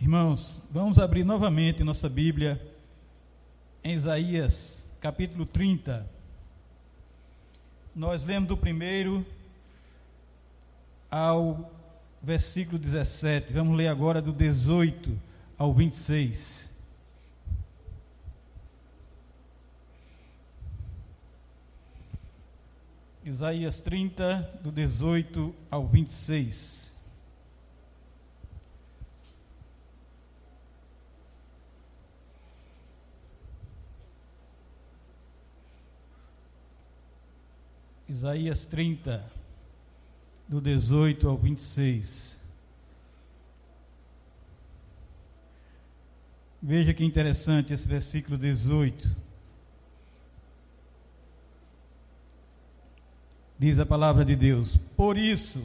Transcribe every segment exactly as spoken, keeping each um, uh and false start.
Irmãos, vamos abrir novamente nossa Bíblia em Isaías, capítulo trinta. Nós lemos do primeiro ao versículo dezessete. Vamos ler agora do dezoito ao vinte e seis. Isaías trinta, do dezoito ao vinte e seis. Isaías trinta, do dezoito ao vinte e seis. Veja que interessante esse versículo dezoito. Diz a palavra de Deus: por isso,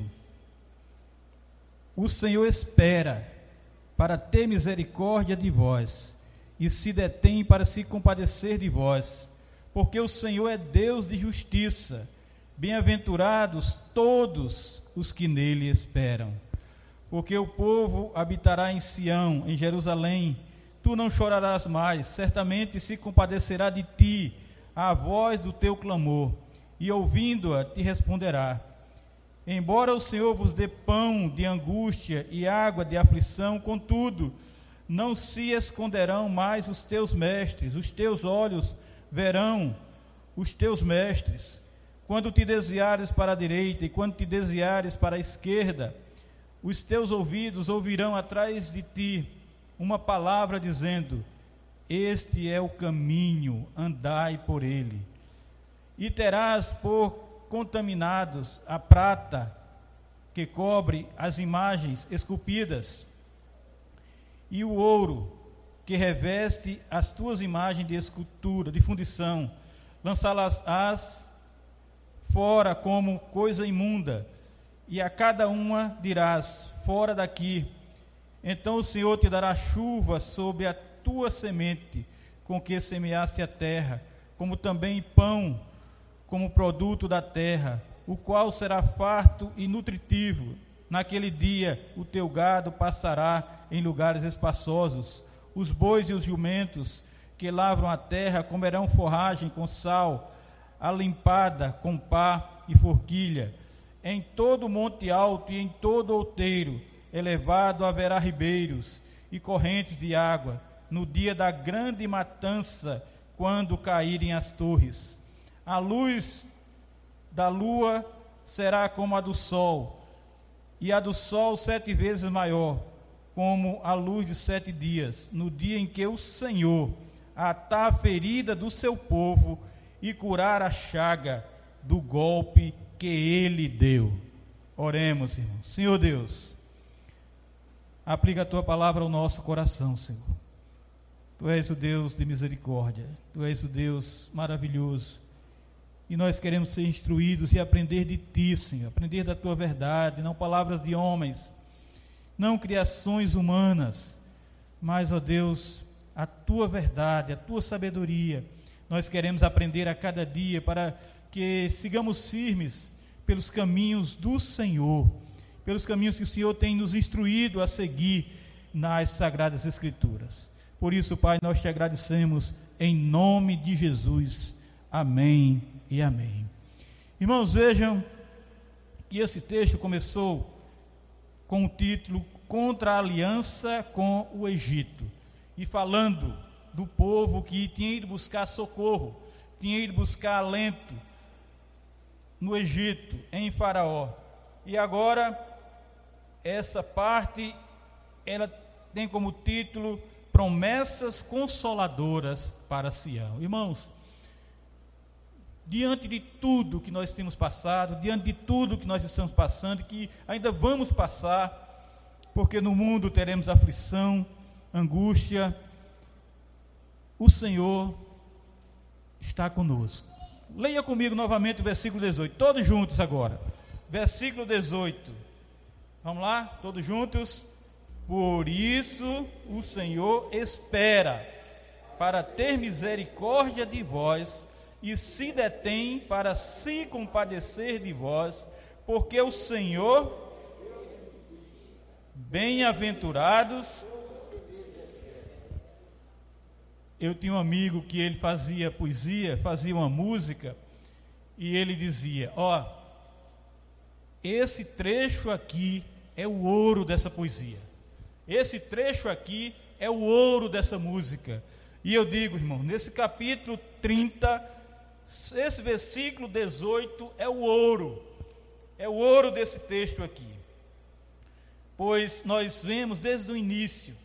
o Senhor espera para ter misericórdia de vós, e se detém para se compadecer de vós, porque o Senhor é Deus de justiça. Bem-aventurados todos os que nele esperam. Porque o povo habitará em Sião, em Jerusalém. Tu não chorarás mais, certamente se compadecerá de ti a voz do teu clamor, e ouvindo-a te responderá. Embora o Senhor vos dê pão de angústia e água de aflição, contudo, não se esconderão mais os teus mestres, os teus olhos verão os teus mestres. Quando te desviares para a direita e quando te desviares para a esquerda, os teus ouvidos ouvirão atrás de ti uma palavra dizendo: este é o caminho, andai por ele. E terás por contaminados a prata que cobre as imagens esculpidas, e o ouro que reveste as tuas imagens de escultura, de fundição. Lançá-las-ás fora como coisa imunda, e a cada uma dirás: fora daqui. Então o Senhor te dará chuva sobre a tua semente, com que semeaste a terra, como também pão, como produto da terra, o qual será farto e nutritivo. Naquele dia o teu gado passará em lugares espaçosos, os bois e os jumentos que lavram a terra comerão forragem com sal, alimpada com pá e forquilha. Em todo monte alto e em todo outeiro elevado haverá ribeiros e correntes de água, no dia da grande matança, quando caírem as torres. A luz da lua será como a do sol, e a do sol sete vezes maior, como a luz de sete dias, no dia em que o Senhor atar a ferida do seu povo e curar a chaga do golpe que ele deu. Oremos, irmão. Senhor Deus, aplica a tua palavra ao nosso coração, Senhor. Tu és o Deus de misericórdia, tu és o Deus maravilhoso, e nós queremos ser instruídos e aprender de ti, Senhor, aprender da tua verdade, não palavras de homens, não criações humanas, mas, ó Deus, a tua verdade, a tua sabedoria. Nós queremos aprender a cada dia para que sigamos firmes pelos caminhos do Senhor, pelos caminhos que o Senhor tem nos instruído a seguir nas Sagradas Escrituras. Por isso, Pai, nós te agradecemos em nome de Jesus. Amém e amém. Irmãos, vejam que esse texto começou com o título Contra a Aliança com o Egito, e falando do povo que tinha ido buscar socorro, tinha ido buscar alento no Egito, em Faraó. E agora, essa parte, ela tem como título Promessas Consoladoras para Sião. Irmãos, diante de tudo que nós temos passado, diante de tudo que nós estamos passando, e que ainda vamos passar, porque no mundo teremos aflição, angústia, o Senhor está conosco. Leia comigo novamente o versículo dezoito, todos juntos agora. Versículo dezoito. Vamos lá, todos juntos. Por isso o Senhor espera para ter misericórdia de vós, e se detém para se compadecer de vós, porque o Senhor, bem-aventurados eu tinha um amigo que ele fazia poesia, fazia uma música, e ele dizia, ó, esse trecho aqui é o ouro dessa poesia, esse trecho aqui é o ouro dessa música. E eu digo, irmão, nesse capítulo trinta, esse versículo dezoito é o ouro, é o ouro desse texto aqui, pois nós vemos desde o início,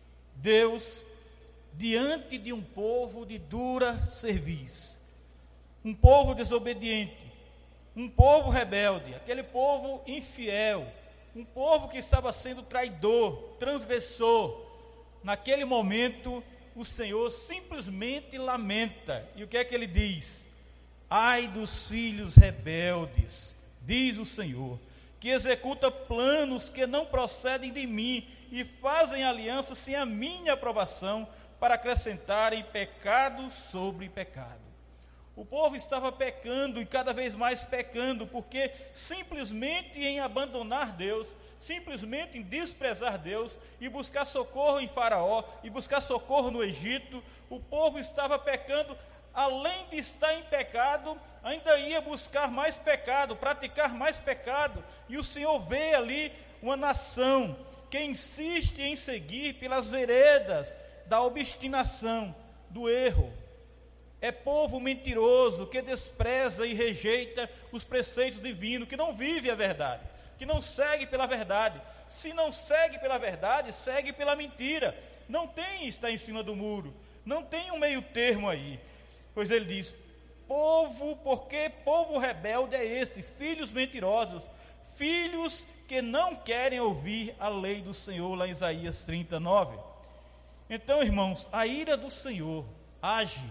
Deus diante de um povo de dura cerviz, um povo desobediente, um povo rebelde, aquele povo infiel, um povo que estava sendo traidor, transgressor. Naquele momento, o Senhor simplesmente lamenta. E o que é que ele diz? Ai dos filhos rebeldes, diz o Senhor, que executa planos que não procedem de mim e fazem aliança sem a minha aprovação, para acrescentarem pecado sobre pecado. O povo estava pecando e cada vez mais pecando, porque simplesmente em abandonar Deus, simplesmente em desprezar Deus e buscar socorro em Faraó e buscar socorro no Egito, o povo estava pecando. Além de estar em pecado, ainda ia buscar mais pecado, praticar mais pecado. E o Senhor vê ali uma nação que insiste em seguir pelas veredas da obstinação, do erro. É povo mentiroso, que despreza e rejeita os preceitos divinos, que não vive a verdade, que não segue pela verdade. Se não segue pela verdade, segue pela mentira. Não tem estar em cima do muro, não tem um meio termo aí. Pois ele diz, povo, porque povo rebelde é este, filhos mentirosos, filhos que não querem ouvir a lei do Senhor, lá em Isaías trinta e nove. Então, irmãos, a ira do Senhor age,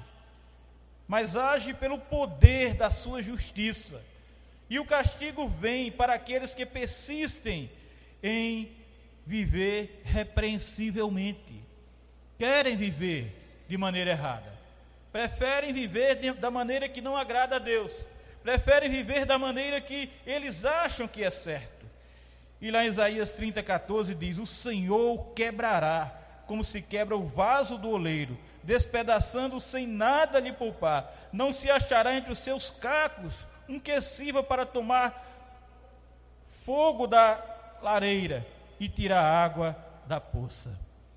mas age pelo poder da sua justiça. E o castigo vem para aqueles que persistem em viver repreensivelmente. Querem viver de maneira errada. Preferem viver de, da maneira que não agrada a Deus. Preferem viver da maneira que eles acham que é certo. E lá em Isaías trinta, catorze diz, o Senhor quebrará, como se quebra o vaso do oleiro, despedaçando sem nada lhe poupar. Não se achará entre os seus cacos um que sirva para tomar fogo da lareira e tirar água da poça.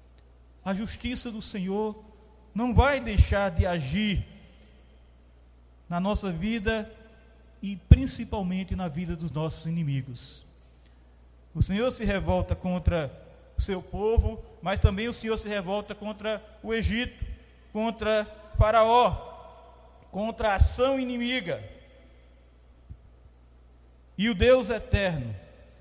A justiça do Senhor não vai deixar de agir na nossa vida e principalmente na vida dos nossos inimigos. O Senhor se revolta contra o seu povo, mas também o Senhor se revolta contra o Egito, contra Faraó, contra a ação inimiga. E o Deus eterno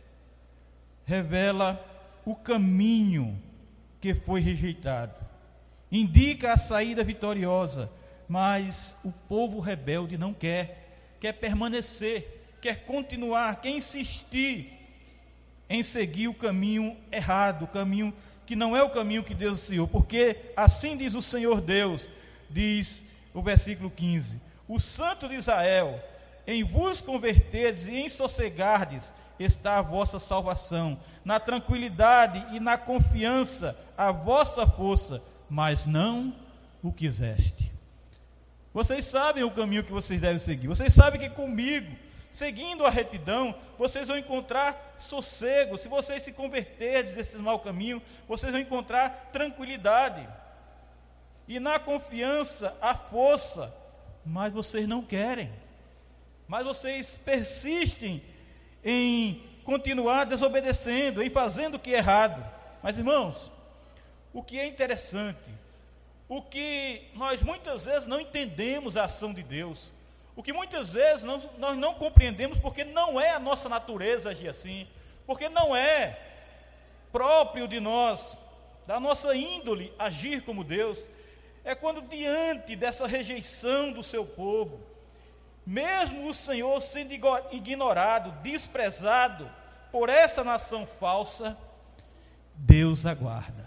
revela o caminho que foi rejeitado, indica a saída vitoriosa, mas o povo rebelde não quer, quer permanecer, quer continuar, quer insistir em seguir o caminho errado, o caminho que não é o caminho que Deus ensinou, porque assim diz o Senhor Deus, diz o versículo quinze, o Santo de Israel, em vos converterdes e em sossegardes está a vossa salvação, na tranquilidade e na confiança a vossa força, mas não o quiseste. Vocês sabem o caminho que vocês devem seguir, vocês sabem que comigo, seguindo a retidão, vocês vão encontrar sossego. Se vocês se converterem desse mau caminho, vocês vão encontrar tranquilidade. E na confiança, a força. Mas vocês não querem. Mas vocês persistem em continuar desobedecendo, em fazendo o que é errado. Mas, irmãos, o que é interessante, o que nós muitas vezes não entendemos a ação de Deus, o que muitas vezes não, nós não compreendemos, porque não é a nossa natureza agir assim, porque não é próprio de nós, da nossa índole, agir como Deus, é quando diante dessa rejeição do seu povo, mesmo o Senhor sendo ignorado, desprezado por essa nação falsa, Deus aguarda.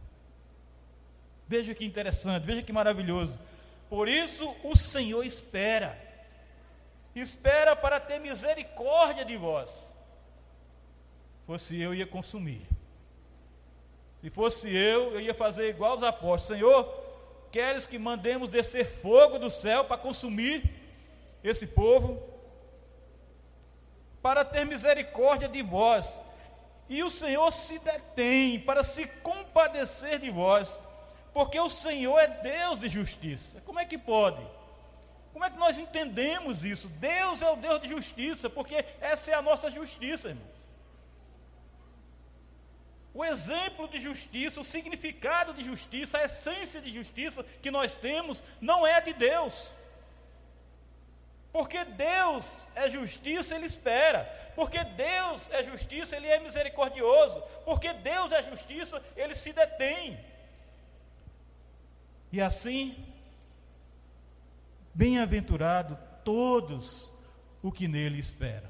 Veja que interessante, veja que maravilhoso. Por isso o Senhor espera, espera para ter misericórdia de vós. Se fosse eu, ia consumir. Se fosse eu, eu ia fazer igual os apóstolos. Senhor, queres que mandemos descer fogo do céu para consumir esse povo? Para ter misericórdia de vós. E o Senhor se detém para se compadecer de vós, porque o Senhor é Deus de justiça. Como é que pode? Como é que nós entendemos isso? Deus é o Deus de justiça, porque essa é a nossa justiça, irmão. O exemplo de justiça, o significado de justiça, a essência de justiça que nós temos, não é de Deus. Porque Deus é justiça, Ele espera. Porque Deus é justiça, Ele é misericordioso. Porque Deus é justiça, Ele se detém. E assim, bem-aventurado todos o que nele esperam.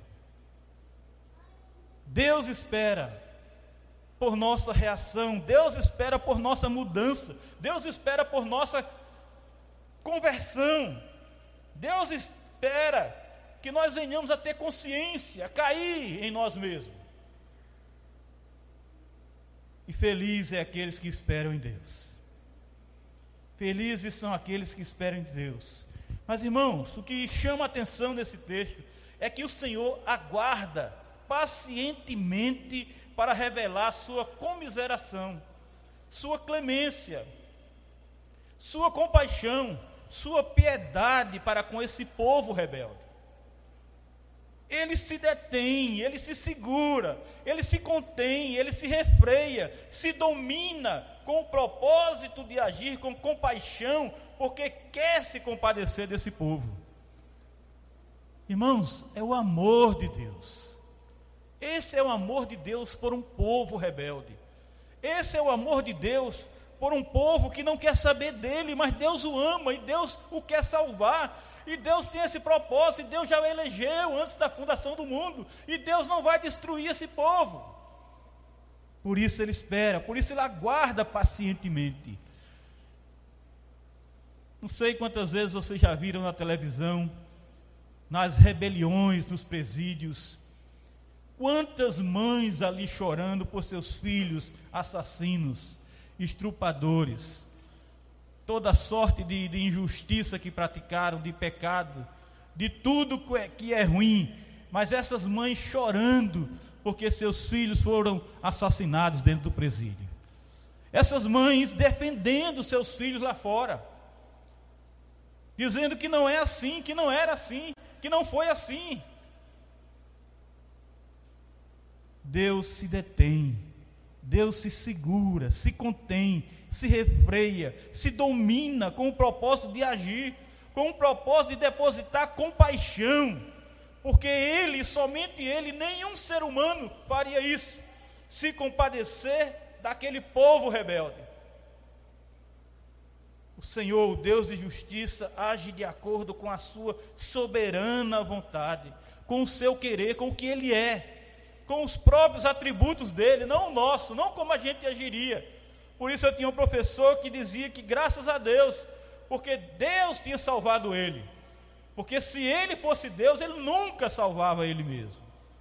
Deus espera por nossa reação, Deus espera por nossa mudança, Deus espera por nossa conversão, Deus espera que nós venhamos a ter consciência, a cair em nós mesmos. E felizes é aqueles que esperam em Deus. Felizes são aqueles que esperam em Deus. Mas, irmãos, o que chama a atenção nesse texto é que o Senhor aguarda pacientemente para revelar sua comiseração, sua clemência, sua compaixão, sua piedade para com esse povo rebelde. Ele se detém, ele se segura, ele se contém, ele se refreia, se domina com o propósito de agir com compaixão, porque quer se compadecer desse povo. Irmãos, é o amor de Deus. Esse é o amor de Deus por um povo rebelde. Esse é o amor de Deus por um povo que não quer saber dele, mas Deus o ama e Deus o quer salvar. E Deus tem esse propósito, e Deus já o elegeu antes da fundação do mundo, e Deus não vai destruir esse povo. Por isso ele espera, por isso ele aguarda pacientemente. Não sei quantas vezes vocês já viram na televisão, nas rebeliões dos presídios, quantas mães ali chorando por seus filhos assassinos, estrupadores, toda sorte de, de injustiça que praticaram, de pecado, de tudo que é, que é ruim, mas essas mães chorando porque seus filhos foram assassinados dentro do presídio. Essas mães defendendo seus filhos lá fora, dizendo que não é assim, que não era assim, que não foi assim. Deus se detém, Deus se segura, se contém, se refreia, se domina com o propósito de agir, com o propósito de depositar compaixão, porque Ele, somente Ele, nenhum ser humano faria isso, se compadecer daquele povo rebelde. O Senhor, o Deus de justiça, age de acordo com a sua soberana vontade, com o seu querer, com o que Ele é, com os próprios atributos dele, não o nosso, não como a gente agiria. Por isso eu tinha um professor que dizia que graças a Deus, porque Deus tinha salvado ele, porque se ele fosse Deus, ele nunca salvava ele mesmo.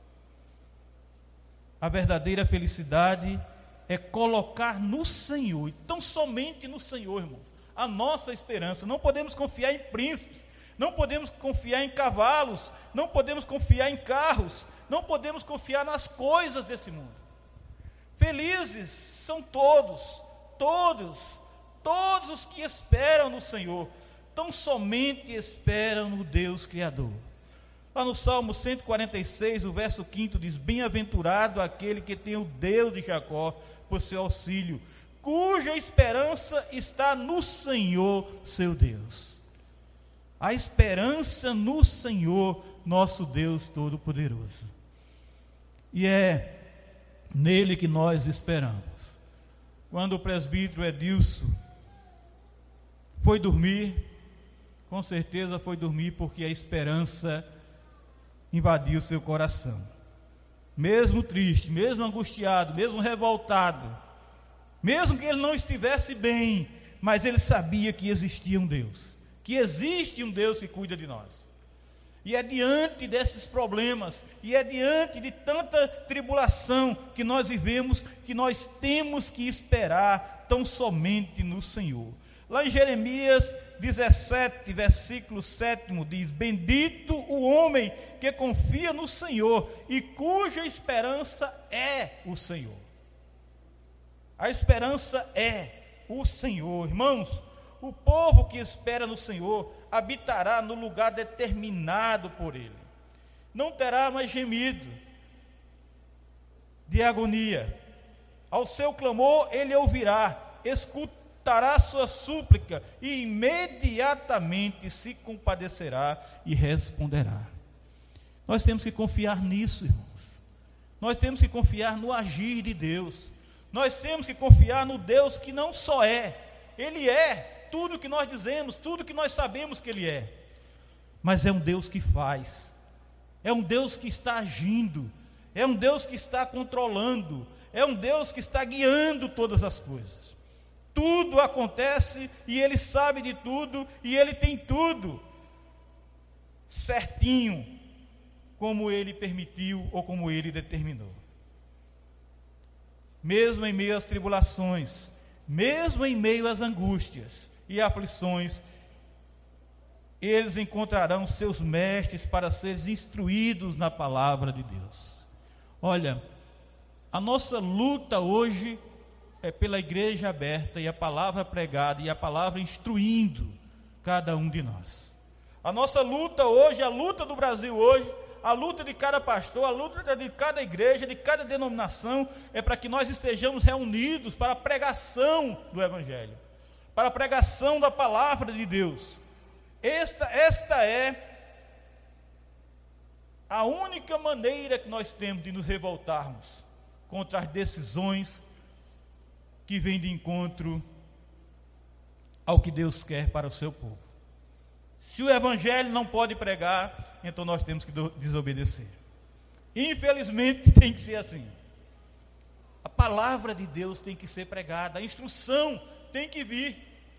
A verdadeira felicidade é colocar no Senhor, então somente no Senhor, irmãos, a nossa esperança. Não podemos confiar em príncipes, não podemos confiar em cavalos, não podemos confiar em carros, não podemos confiar nas coisas desse mundo. Felizes são todos, todos, todos os que esperam no Senhor, tão somente esperam no Deus Criador. Lá no Salmo cento e quarenta e seis, o verso quinto diz: bem-aventurado aquele que tem o Deus de Jacó por seu auxílio, cuja esperança está no Senhor, seu Deus. A esperança no Senhor, nosso Deus Todo-Poderoso. E é nele que nós esperamos. Quando o presbítero Edilson foi dormir, com certeza foi dormir porque a esperança invadiu seu coração. Mesmo triste, mesmo angustiado, mesmo revoltado, mesmo que ele não estivesse bem, mas ele sabia que existia um Deus, que existe um Deus que cuida de nós. E é diante desses problemas, e é diante de tanta tribulação que nós vivemos, que nós temos que esperar tão somente no Senhor. Lá em Jeremias dezessete, versículo sete, diz: bendito o homem que confia no Senhor e cuja esperança é o Senhor. A esperança é o Senhor. Irmãos, o povo que espera no Senhor habitará no lugar determinado por Ele. Não terá mais gemido de agonia. Ao seu clamor Ele ouvirá, escutará sua súplica e imediatamente se compadecerá e responderá. Nós temos que confiar nisso, irmãos. Nós temos que confiar no agir de Deus. Nós temos que confiar no Deus que não só é, Ele é tudo que nós dizemos, tudo que nós sabemos que Ele é, mas é um Deus que faz, é um Deus que está agindo, é um Deus que está controlando, é um Deus que está guiando todas as coisas. Tudo acontece e Ele sabe de tudo e Ele tem tudo certinho, como Ele permitiu ou como Ele determinou. Mesmo em meio às tribulações, mesmo em meio às angústias e aflições, eles encontrarão seus mestres para serem instruídos na palavra de Deus. Olha, a nossa luta hoje é pela igreja aberta e a palavra pregada e a palavra instruindo cada um de nós. A nossa luta hoje, a luta do Brasil hoje, a luta de cada pastor, a luta de cada igreja, de cada denominação, é para que nós estejamos reunidos para a pregação do Evangelho, para a pregação da palavra de Deus. Esta, esta é a única maneira que nós temos de nos revoltarmos contra as decisões que vêm de encontro ao que Deus quer para o seu povo. Se o Evangelho não pode pregar, então nós temos que desobedecer. Infelizmente tem que ser assim. A palavra de Deus tem que ser pregada, a instrução tem que vir.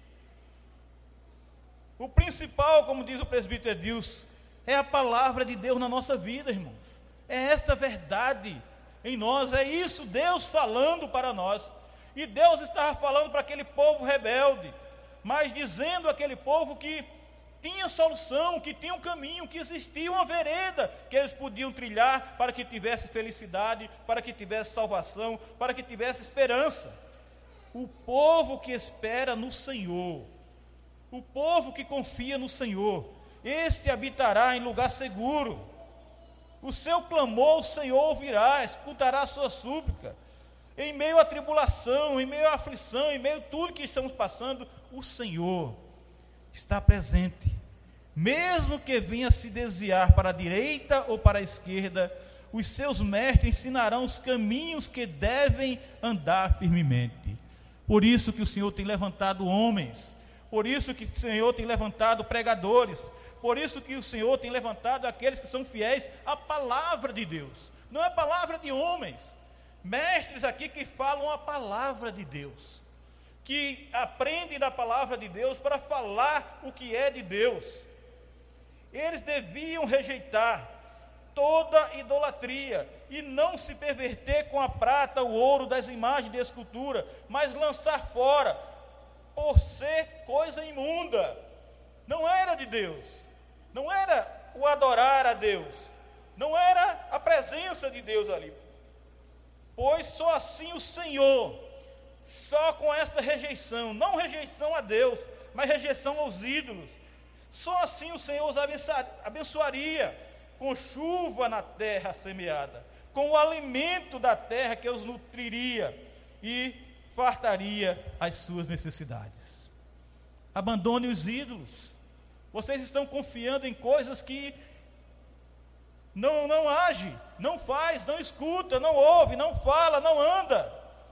O principal, como diz o presbítero Edilson, é a palavra de Deus na nossa vida, irmãos. É esta verdade em nós, é isso Deus falando para nós. E Deus estava falando para aquele povo rebelde, mas dizendo àquele povo que tinha solução, que tinha um caminho, que existia uma vereda que eles podiam trilhar para que tivesse felicidade, para que tivesse salvação, para que tivesse esperança. O povo que espera no Senhor, o povo que confia no Senhor, este habitará em lugar seguro. O seu clamor o Senhor ouvirá, escutará a sua súplica. Em meio à tribulação, em meio à aflição, em meio a tudo que estamos passando, o Senhor está presente. Mesmo que venha se desviar para a direita ou para a esquerda, os seus mestres ensinarão os caminhos que devem andar firmemente. Por isso que o Senhor tem levantado homens, por isso que o Senhor tem levantado pregadores, por isso que o Senhor tem levantado aqueles que são fiéis à palavra de Deus. Não é palavra de homens, mestres aqui que falam a palavra de Deus, que aprendem da palavra de Deus para falar o que é de Deus. Eles deviam rejeitar toda idolatria e não se perverter com a prata, o ouro das imagens de escultura, mas lançar fora, por ser coisa imunda. Não era de Deus, não era o adorar a Deus, não era a presença de Deus ali, pois só assim o Senhor, só com esta rejeição, não rejeição a Deus, mas rejeição aos ídolos, só assim o Senhor os abençoaria com chuva na terra semeada, com o alimento da terra que os nutriria e fartaria as suas necessidades. Abandone os ídolos. Vocês estão confiando em coisas que não, não age, não faz, não escuta, não ouve, não fala, não anda.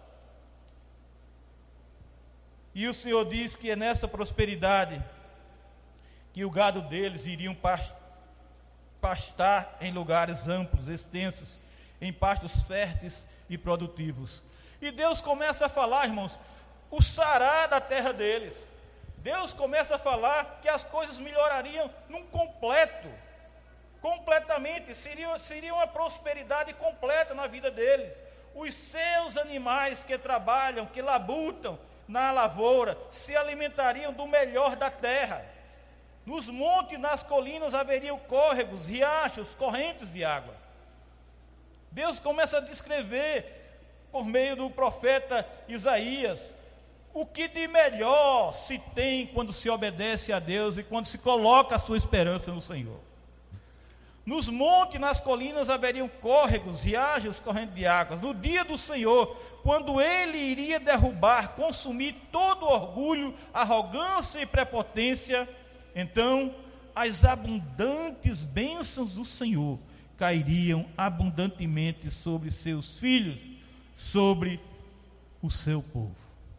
E o Senhor diz que é nessa prosperidade que o gado deles iriam pastar em lugares amplos, extensos, em pastos férteis e produtivos. E Deus começa a falar, irmãos, o sará da terra deles. Deus começa a falar que as coisas melhorariam num completo, completamente, seria, seria uma prosperidade completa na vida deles. Os seus animais que trabalham, que labutam, na lavoura, se alimentariam do melhor da terra. Nos montes e nas colinas haveriam córregos, riachos, correntes de água. Deus começa a descrever, por meio do profeta Isaías, o que de melhor se tem quando se obedece a Deus e quando se coloca a sua esperança no Senhor. Nos montes e nas colinas haveriam córregos, riachos, correntes de águas. No dia do Senhor, quando Ele iria derrubar, consumir todo orgulho, arrogância e prepotência, então as abundantes bênçãos do Senhor cairiam abundantemente sobre seus filhos, sobre o seu povo.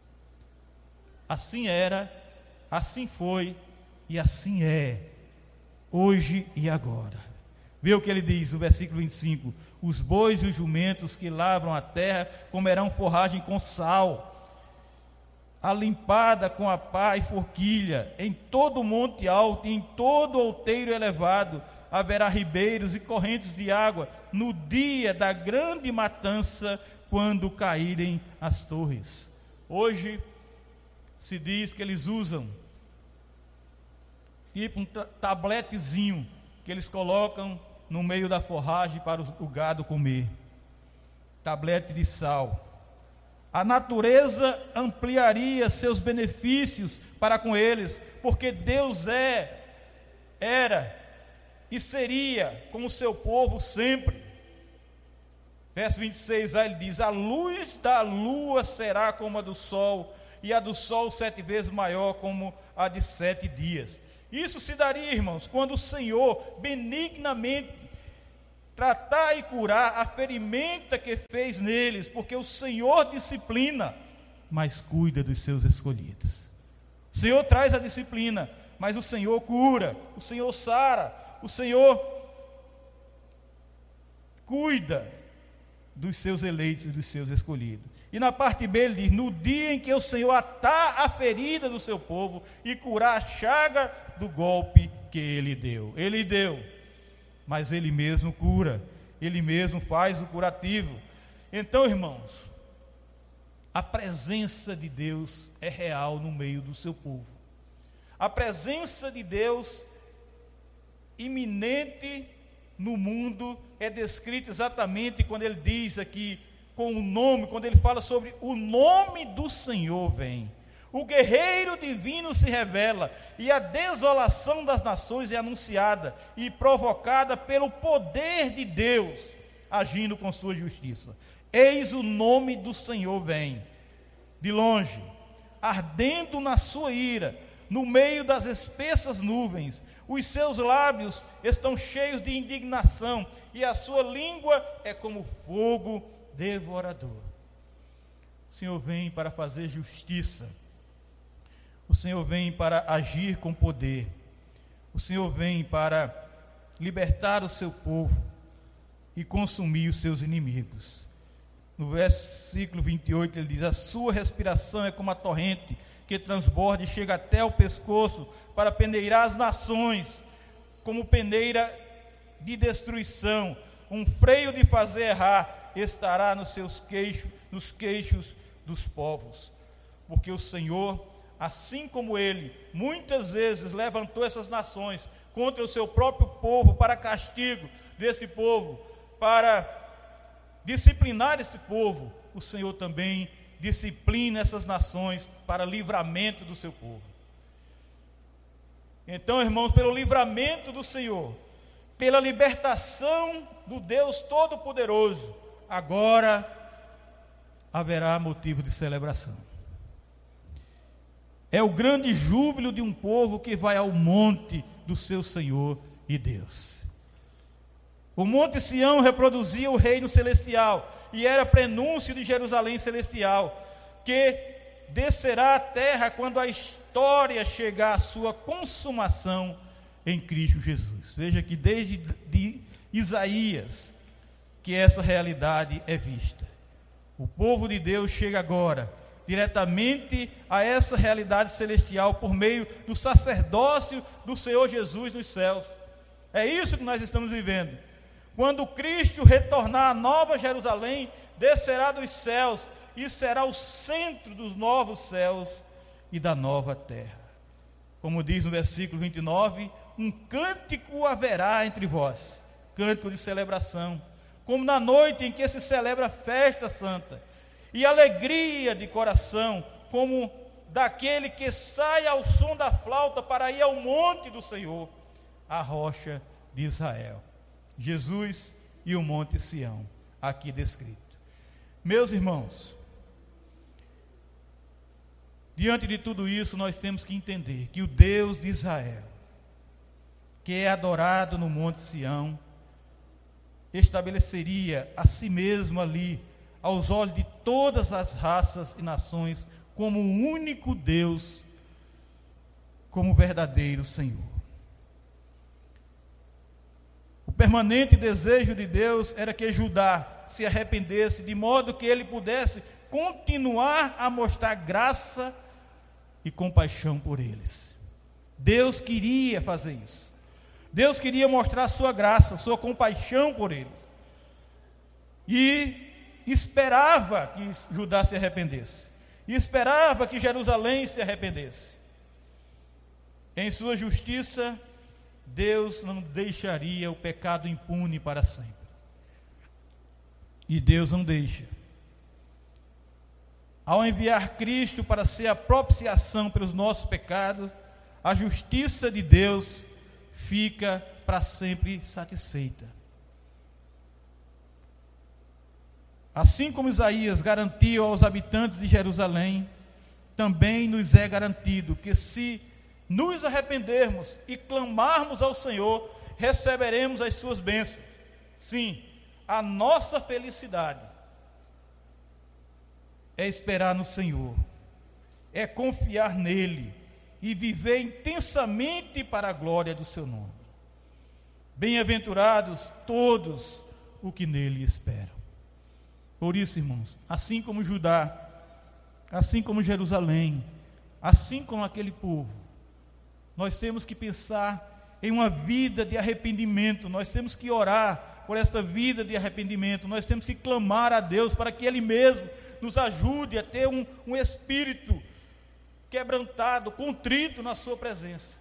Assim era, assim foi e assim é, hoje e agora. Vê o que ele diz no versículo vinte e cinco: os bois e os jumentos que lavram a terra comerão forragem com sal, a limpada com a pá e forquilha. Em todo monte alto e em todo outeiro elevado haverá ribeiros e correntes de água no dia da grande matança, quando caírem as torres. Hoje se diz que eles usam tipo um tabletezinho que eles colocam no meio da forragem para o gado comer. Tablete de sal. A natureza ampliaria seus benefícios para com eles, porque Deus é, era e seria com o seu povo sempre. Verso vinte e seis, aí ele diz: a luz da lua será como a do sol, e a do sol sete vezes maior como a de sete dias. Isso se daria, irmãos, quando o Senhor benignamente tratar e curar a ferimenta que fez neles, porque o Senhor disciplina, mas cuida dos seus escolhidos. O Senhor traz a disciplina, mas o Senhor cura, o Senhor sara, o Senhor cuida dos seus eleitos e dos seus escolhidos. E na parte B ele diz: no dia em que o Senhor atar a ferida do seu povo e curar a chaga do golpe que ele deu. Ele deu, mas ele mesmo cura, ele mesmo faz o curativo. Então, irmãos, a presença de Deus é real no meio do seu povo. A presença de Deus iminente no mundo é descrita exatamente quando ele diz aqui com o nome, quando ele fala sobre o nome do Senhor vem. O guerreiro divino se revela, e a desolação das nações é anunciada e provocada pelo poder de Deus, agindo com sua justiça. Eis o nome do Senhor vem, de longe, ardendo na sua ira, no meio das espessas nuvens. Os seus lábios estão cheios de indignação, e a sua língua é como fogo devorador. O Senhor vem para fazer justiça. O Senhor vem para agir com poder. O Senhor vem para libertar o seu povo e consumir os seus inimigos. No versículo vinte e oito ele diz: a sua respiração é como a torrente que transborda e chega até o pescoço para peneirar as nações, como peneira de destruição. Um freio de fazer errar estará nos seus queixos, nos queixos dos povos. Porque o Senhor, assim como ele, muitas vezes levantou essas nações contra o seu próprio povo para castigo desse povo, para disciplinar esse povo, o Senhor também disciplina essas nações para livramento do seu povo. Então, irmãos, pelo livramento do Senhor, pela libertação do Deus Todo-Poderoso, agora haverá motivo de celebração. É o grande júbilo de um povo que vai ao monte do seu Senhor e Deus. O monte Sião reproduzia o reino celestial e era prenúncio de Jerusalém celestial, que descerá à terra quando a história chegar à sua consumação em Cristo Jesus. Veja que desde de Isaías que essa realidade é vista. O povo de Deus chega agora diretamente a essa realidade celestial por meio do sacerdócio do Senhor Jesus nos céus. É isso que nós estamos vivendo. Quando Cristo retornar à Nova Jerusalém, descerá dos céus e será o centro dos novos céus e da nova terra. Como diz no versículo vinte e nove, um cântico haverá entre vós, cântico de celebração, como na noite em que se celebra a festa santa, e alegria de coração, como daquele que sai ao som da flauta para ir ao monte do Senhor, a rocha de Israel. Jesus e o monte Sião, aqui descrito. Meus irmãos, diante de tudo isso, nós temos que entender que o Deus de Israel, que é adorado no monte Sião, estabeleceria a si mesmo ali, aos olhos de todas as raças e nações, como o único Deus, como o verdadeiro Senhor. O permanente desejo de Deus era que Judá se arrependesse, de modo que ele pudesse continuar a mostrar graça e compaixão por eles. Deus queria fazer isso. Deus queria mostrar sua graça, sua compaixão por eles. E esperava que Judá se arrependesse. E esperava que Jerusalém se arrependesse. Em sua justiça, Deus não deixaria o pecado impune para sempre. E Deus não deixa. Ao enviar Cristo para ser a propiciação pelos nossos pecados, a justiça de Deus fica para sempre satisfeita. Assim como Isaías garantiu aos habitantes de Jerusalém, também nos é garantido que se nos arrependermos e clamarmos ao Senhor, receberemos as suas bênçãos. Sim, a nossa felicidade é esperar no Senhor, é confiar nele e viver intensamente para a glória do seu nome. Bem-aventurados todos os que nele esperam. Por isso, irmãos, assim como Judá, assim como Jerusalém, assim como aquele povo, nós temos que pensar em uma vida de arrependimento, nós temos que orar por esta vida de arrependimento, nós temos que clamar a Deus para que Ele mesmo nos ajude a ter um, um espírito quebrantado, contrito na sua presença.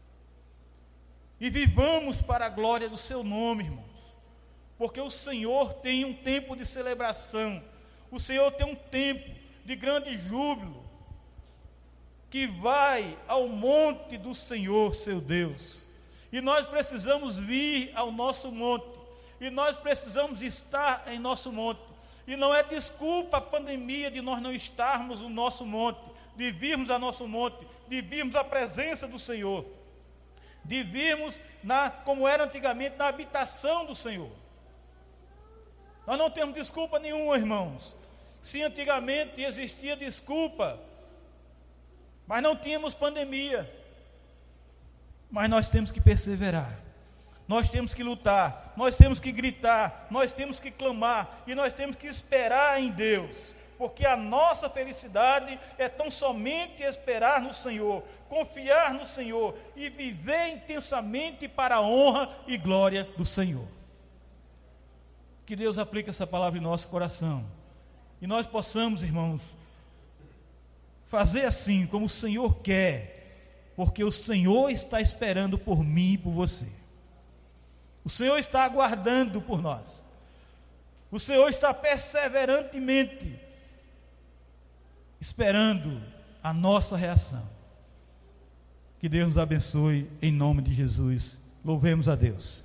E vivamos para a glória do seu nome, irmãos, porque o Senhor tem um tempo de celebração, o Senhor tem um tempo de grande júbilo, que vai ao monte do Senhor, seu Deus, e nós precisamos vir ao nosso monte, e nós precisamos estar em nosso monte, e não é desculpa a pandemia de nós não estarmos no nosso monte, de virmos a nosso monte, de virmos a presença do Senhor, de virmos, na, como era antigamente, na habitação do Senhor. Nós não temos desculpa nenhuma, irmãos. Se antigamente existia desculpa, mas não tínhamos pandemia, mas nós temos que perseverar, nós temos que lutar, nós temos que gritar, nós temos que clamar, e nós temos que esperar em Deus, porque a nossa felicidade é tão somente esperar no Senhor, confiar no Senhor e viver intensamente para a honra e glória do Senhor. Que Deus aplique essa palavra em nosso coração, e nós possamos, irmãos, fazer assim como o Senhor quer, porque o Senhor está esperando por mim e por você. O Senhor está aguardando por nós. O Senhor está perseverantemente esperando a nossa reação. Que Deus nos abençoe em nome de Jesus. Louvemos a Deus.